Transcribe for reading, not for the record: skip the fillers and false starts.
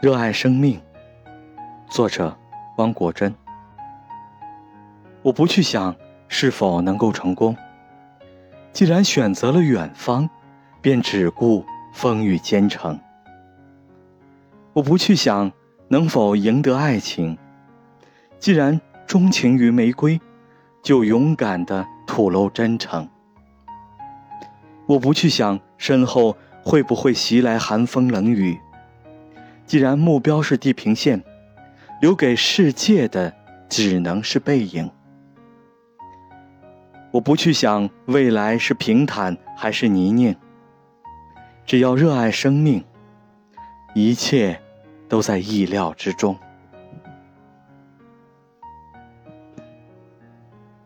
热爱生命，作者汪国真。我不去想是否能够成功，既然选择了远方，便只顾风雨兼程。我不去想能否赢得爱情，既然钟情于玫瑰，就勇敢地吐露真诚。我不去想身后会不会袭来寒风冷雨，既然目标是地平线，留给世界的只能是背影。我不去想未来是平坦还是泥泞，只要热爱生命，一切都在意料之中。